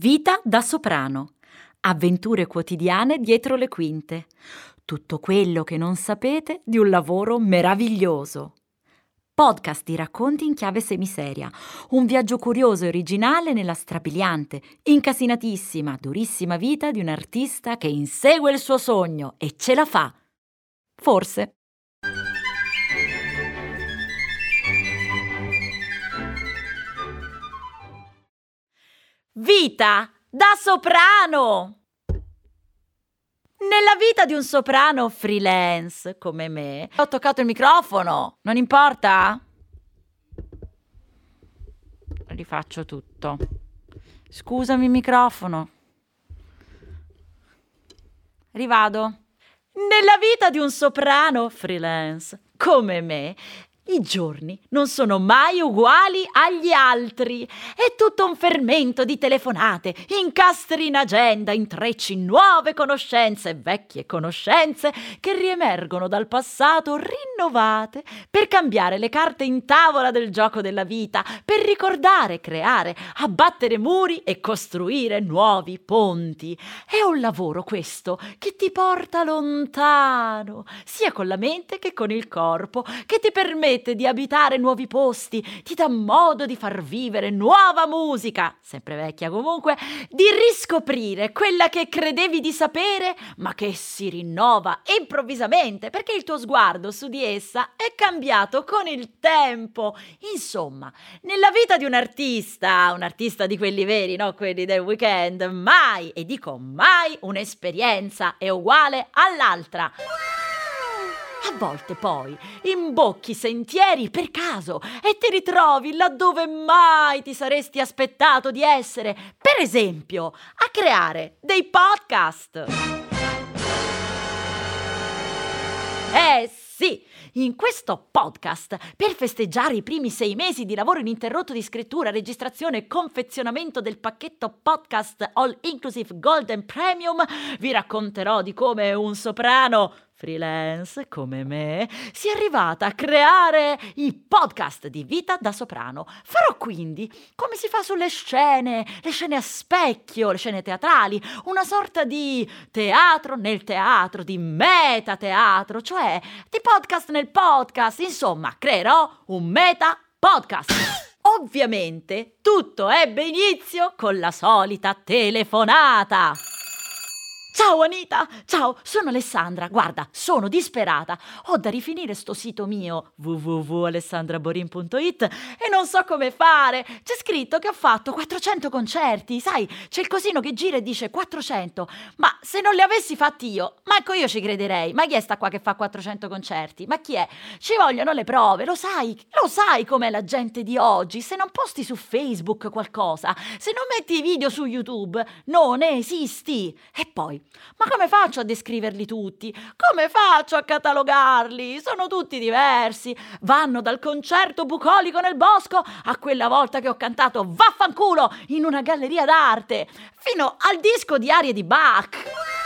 Vita da soprano. Avventure quotidiane dietro le quinte. Tutto quello che non sapete di un lavoro meraviglioso. Podcast di racconti in chiave semiseria. Un viaggio curioso e originale nella strabiliante, incasinatissima, durissima vita di un artista che insegue il suo sogno e ce la fa. Forse. Vita da soprano! Nella vita di un soprano freelance come me, ho toccato il microfono, non importa? Rifaccio tutto. Scusami microfono. Rivado. Nella vita di un soprano freelance come me, i giorni non sono mai uguali agli altri. È tutto un fermento di telefonate, incastri in agenda, intrecci, nuove conoscenze, vecchie conoscenze che riemergono dal passato rinnovate per cambiare le carte in tavola del gioco della vita, per ricordare, creare, abbattere muri e costruire nuovi ponti. È un lavoro questo che ti porta lontano, sia con la mente che con il corpo, che ti permette di abitare nuovi posti, ti dà modo di far vivere nuova musica, sempre vecchia comunque, di riscoprire quella che credevi di sapere, ma che si rinnova improvvisamente perché il tuo sguardo su di essa è cambiato con il tempo. Insomma, nella vita di un artista di quelli veri, no quelli del weekend, mai, e dico mai, un'esperienza è uguale all'altra. A volte poi imbocchi sentieri per caso e ti ritrovi laddove mai ti saresti aspettato di essere, per esempio a creare dei podcast. Sì, in questo podcast, per festeggiare i primi 6 mesi di lavoro ininterrotto di scrittura, registrazione e confezionamento del pacchetto podcast All Inclusive Golden Premium, vi racconterò di come un soprano freelance come me sia arrivata a creare i podcast di Vita da soprano. Farò quindi come si fa sulle scene, le scene a specchio, le scene teatrali, una sorta di teatro nel teatro, di metateatro, cioè di podcast nel podcast. Insomma, creerò un meta podcast. Ovviamente tutto ebbe inizio con la solita telefonata. Ciao Anita, ciao, sono Alessandra, guarda, sono disperata, ho da rifinire sto sito mio www.alessandraborin.it e non so come fare. C'è scritto che ho fatto 400 concerti, sai, c'è il cosino che gira e dice 400, ma se non li avessi fatti io, manco io ci crederei. Ma chi è sta qua che fa 400 concerti? Ma chi è? Ci vogliono le prove, lo sai com'è la gente di oggi. Se non posti su Facebook qualcosa, se non metti i video su YouTube, non esisti. E poi, ma come faccio a descriverli tutti? Come faccio a catalogarli? Sono tutti diversi. Vanno dal concerto bucolico nel bosco a quella volta che ho cantato Vaffanculo in una galleria d'arte, fino al disco di arie di Bach.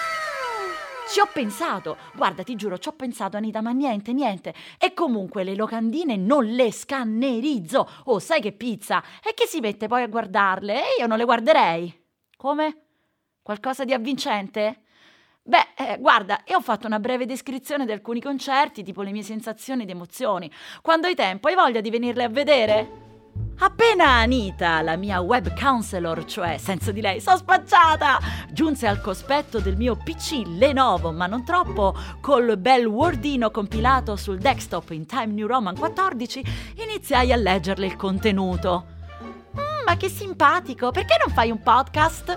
Ci ho pensato, guarda, ti giuro, ci ho pensato Anita, ma niente. E comunque le locandine non le scannerizzo. Oh, sai che pizza? E che si mette poi a guardarle? E io non le guarderei. Come? Qualcosa di avvincente? Beh, guarda, io ho fatto una breve descrizione di alcuni concerti, tipo le mie sensazioni ed emozioni. Quando hai tempo, hai voglia di venirle a vedere? Appena Anita, la mia web counselor, cioè senza di lei sono spacciata, giunse al cospetto del mio PC Lenovo, ma non troppo, col bel wordino compilato sul desktop in Time New Roman 14, iniziai a leggerle il contenuto. Ma che simpatico, perché non fai un podcast?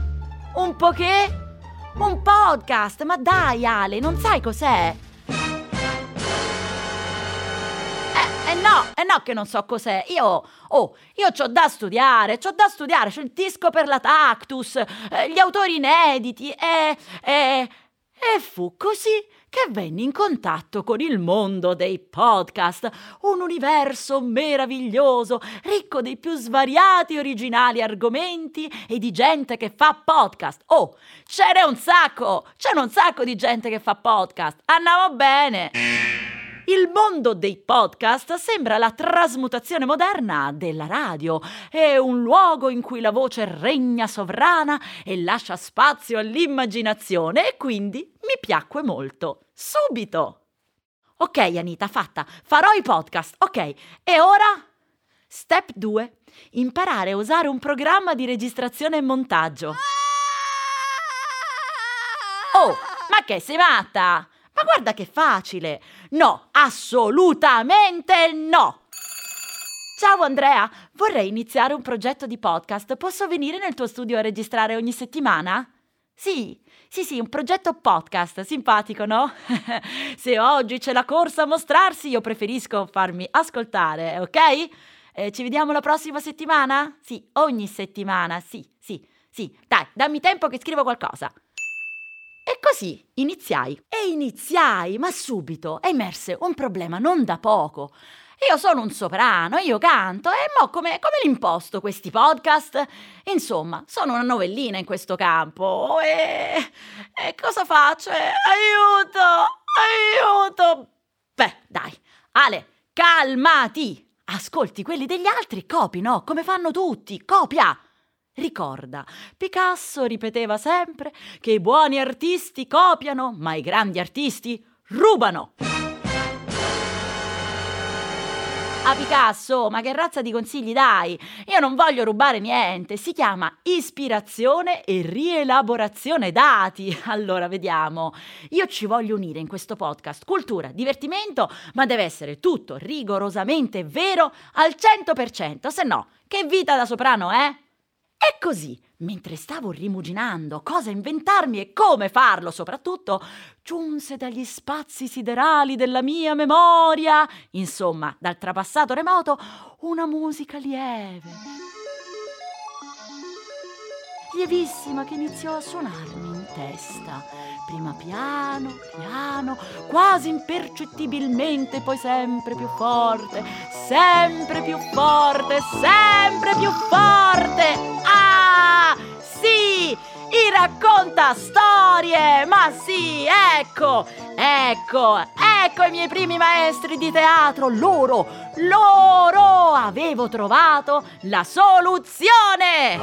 Un po' che? Un podcast? Ma dai Ale, non sai cos'è? No che non so cos'è. Io c'ho da studiare, c'ho il disco per la Tactus, gli autori inediti e fu così che venni in contatto con il mondo dei podcast, un universo meraviglioso, ricco dei più svariati e originali argomenti e di gente che fa podcast. Oh, c'è un sacco di gente che fa podcast. Andiamo bene. Il mondo dei podcast sembra la trasmutazione moderna della radio. È un luogo in cui la voce regna sovrana e lascia spazio all'immaginazione e quindi mi piacque molto. Subito! Ok, Anita, fatta. Farò i podcast. Ok, e ora? Step 2. Imparare a usare un programma di registrazione e montaggio. Oh, ma che sei matta? Ma guarda che facile! No, assolutamente no! Ciao Andrea, vorrei iniziare un progetto di podcast. Posso venire nel tuo studio a registrare ogni settimana? Sì, un progetto podcast, simpatico, no? Se oggi c'è la corsa a mostrarsi, io preferisco farmi ascoltare, ok? Ci vediamo la prossima settimana? Sì, ogni settimana, sì. Dai, dammi tempo che scrivo qualcosa. E così iniziai, ma subito emerse un problema non da poco. Io sono un soprano, io canto, e mo come l'imposto questi podcast? Insomma, sono una novellina in questo campo, e cosa faccio? Aiuto! Beh, dai, Ale, calmati! Ascolti quelli degli altri, copi, no? Come fanno tutti, copia! Ricorda, Picasso ripeteva sempre che i buoni artisti copiano, ma i grandi artisti rubano. A Picasso, ma che razza di consigli dai? Io non voglio rubare niente, si chiama ispirazione e rielaborazione dati. Allora, vediamo. Io ci voglio unire in questo podcast cultura, divertimento, ma deve essere tutto rigorosamente vero al 100%, se no, che vita da soprano, eh? E così, mentre stavo rimuginando cosa inventarmi e come farlo soprattutto, giunse dagli spazi siderali della mia memoria, insomma, dal trapassato remoto, una musica lievissima che iniziò a suonarmi in testa. Prima piano, quasi impercettibilmente, poi sempre più forte, sempre più forte, sempre più forte. Ah, sì, i raccontastorie, ma sì, ecco i miei primi maestri di teatro, loro avevo trovato la soluzione.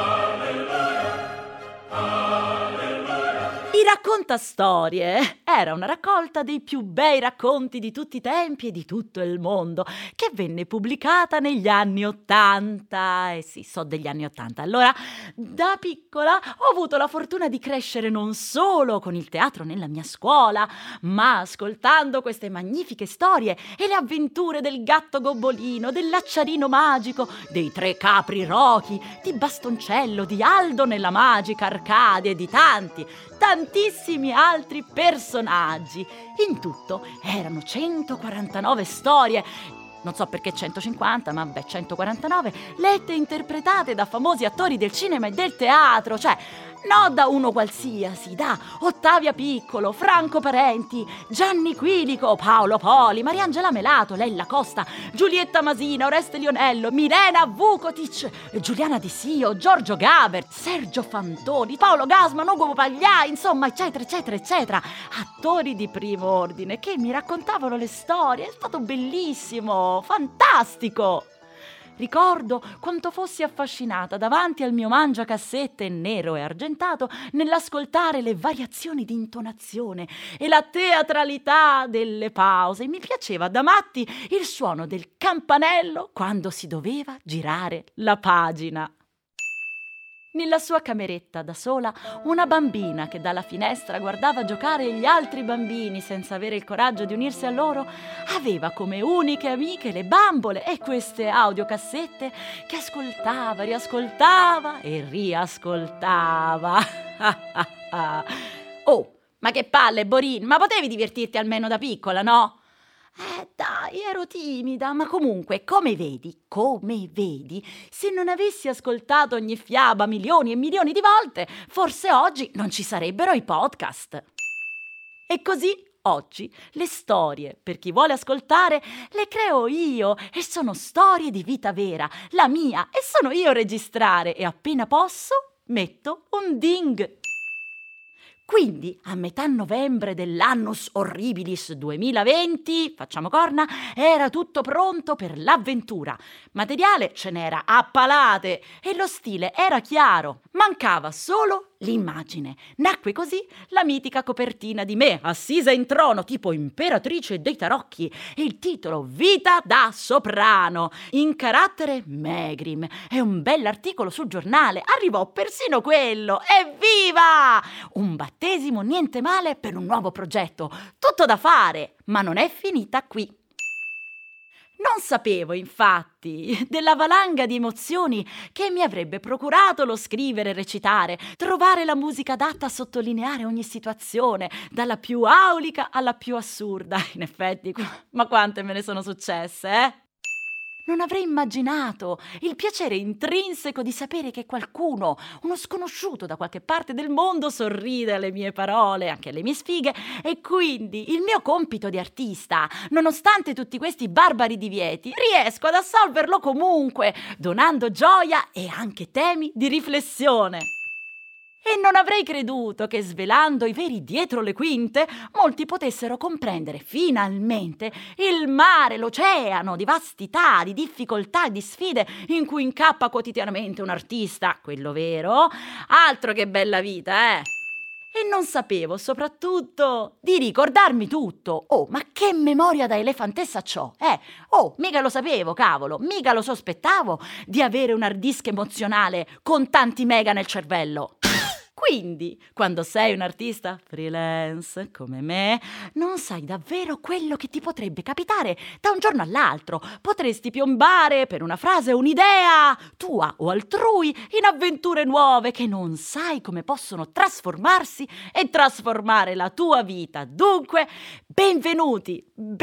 I raccontastorie era una raccolta dei più bei racconti di tutti i tempi e di tutto il mondo, che venne pubblicata negli anni '80. Sì, so degli anni '80. Allora, da piccola ho avuto la fortuna di crescere non solo con il teatro nella mia scuola, ma ascoltando queste magnifiche storie e le avventure del gatto Gobbolino, dell'acciarino magico, dei tre capri Rochi, di Bastoncello, di Aldo nella magica Arcadia e di tantissimi altri personaggi. In tutto erano 149 storie, non so perché 150, ma 149, lette e interpretate da famosi attori del cinema e del teatro, cioè no da uno qualsiasi, da Ottavia Piccolo, Franco Parenti, Gianni Quilico, Paolo Poli, Mariangela Melato, Lella Costa, Giulietta Masina, Oreste Lionello, Milena Vukotic, Giuliana Di Sio, Giorgio Gaber, Sergio Fantoni, Paolo Gasman, Ugo Pagliai, insomma, eccetera, attori di primo ordine che mi raccontavano le storie. È stato bellissimo, fantastico. Ricordo quanto fossi affascinata davanti al mio mangiacassette nero e argentato nell'ascoltare le variazioni di intonazione e la teatralità delle pause. Mi piaceva da matti il suono del campanello quando si doveva girare la pagina. Nella sua cameretta da sola, una bambina che dalla finestra guardava giocare gli altri bambini senza avere il coraggio di unirsi a loro, aveva come uniche amiche le bambole e queste audiocassette che ascoltava, riascoltava e riascoltava. Oh, ma che palle, Borin, ma potevi divertirti almeno da piccola, no? Dai, ero timida, ma comunque, come vedi, se non avessi ascoltato ogni fiaba milioni e milioni di volte, forse oggi non ci sarebbero i podcast. E così, oggi, le storie, per chi vuole ascoltare, le creo io e sono storie di vita vera, la mia, e sono io a registrare e appena posso metto un ding. Quindi, a metà novembre dell'annus horribilis 2020, facciamo corna, era tutto pronto per l'avventura. Materiale ce n'era a palate e lo stile era chiaro. Mancava solo l'immagine. Nacque così la mitica copertina di me, assisa in trono, tipo imperatrice dei tarocchi. Il titolo Vita da soprano, in carattere Megrim. E un bell'articolo sul giornale. Arrivò persino quello. Evviva! Un battesimo niente male per un nuovo progetto. Tutto da fare, ma non è finita qui. Non sapevo, infatti, della valanga di emozioni che mi avrebbe procurato lo scrivere e recitare, trovare la musica adatta a sottolineare ogni situazione, dalla più aulica alla più assurda. In effetti, ma quante me ne sono successe, eh? Non avrei immaginato il piacere intrinseco di sapere che qualcuno, uno sconosciuto da qualche parte del mondo, sorride alle mie parole, anche alle mie sfighe, e quindi il mio compito di artista, nonostante tutti questi barbari divieti, riesco ad assolverlo comunque, donando gioia e anche temi di riflessione. E non avrei creduto che, svelando i veri dietro le quinte, molti potessero comprendere finalmente il mare, l'oceano di vastità, di difficoltà e di sfide in cui incappa quotidianamente un artista, quello vero. Altro che bella vita, eh! E non sapevo soprattutto di ricordarmi tutto. Oh, ma che memoria da elefantessa c'ho, eh? Oh, mica lo sapevo, cavolo, mica lo sospettavo di avere un hard disk emozionale con tanti mega nel cervello. Quindi, quando sei un artista freelance come me, non sai davvero quello che ti potrebbe capitare da un giorno all'altro. Potresti piombare per una frase o un'idea, tua o altrui, in avventure nuove che non sai come possono trasformarsi e trasformare la tua vita. Dunque, benvenuti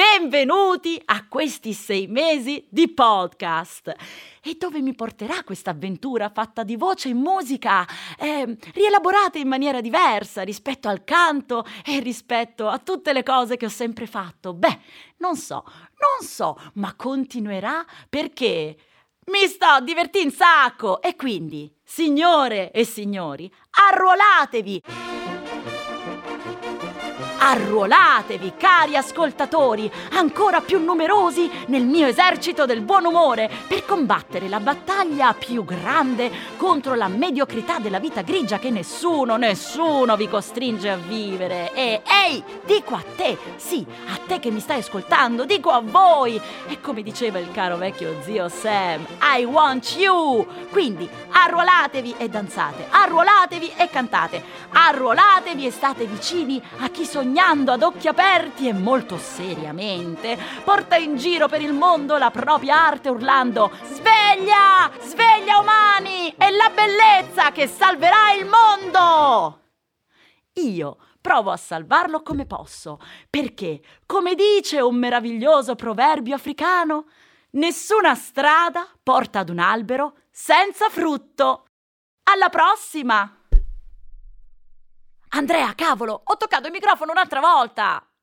a questi 6 mesi di podcast. E dove mi porterà questa avventura fatta di voce e musica, rielaborate in maniera diversa rispetto al canto e rispetto a tutte le cose che ho sempre fatto? Beh, non so, ma continuerà perché mi sto divertendo un sacco. E quindi, signore e signori, Arruolatevi, cari ascoltatori, ancora più numerosi nel mio esercito del buon umore, per combattere la battaglia più grande contro la mediocrità della vita grigia che nessuno vi costringe a vivere. E ehi, dico a te, sì, a te che mi stai ascoltando, dico a voi. E come diceva il caro vecchio zio Sam, I want you. Quindi arruolatevi e danzate, arruolatevi e cantate, arruolatevi e state vicini a chi sognando ad occhi aperti e molto seriamente porta in giro per il mondo la propria arte urlando: sveglia, sveglia umani, è la bellezza che salverà il mondo! Io provo a salvarlo come posso, perché, come dice un meraviglioso proverbio africano, nessuna strada porta ad un albero senza frutto. Alla prossima! Andrea, cavolo, ho toccato il microfono un'altra volta!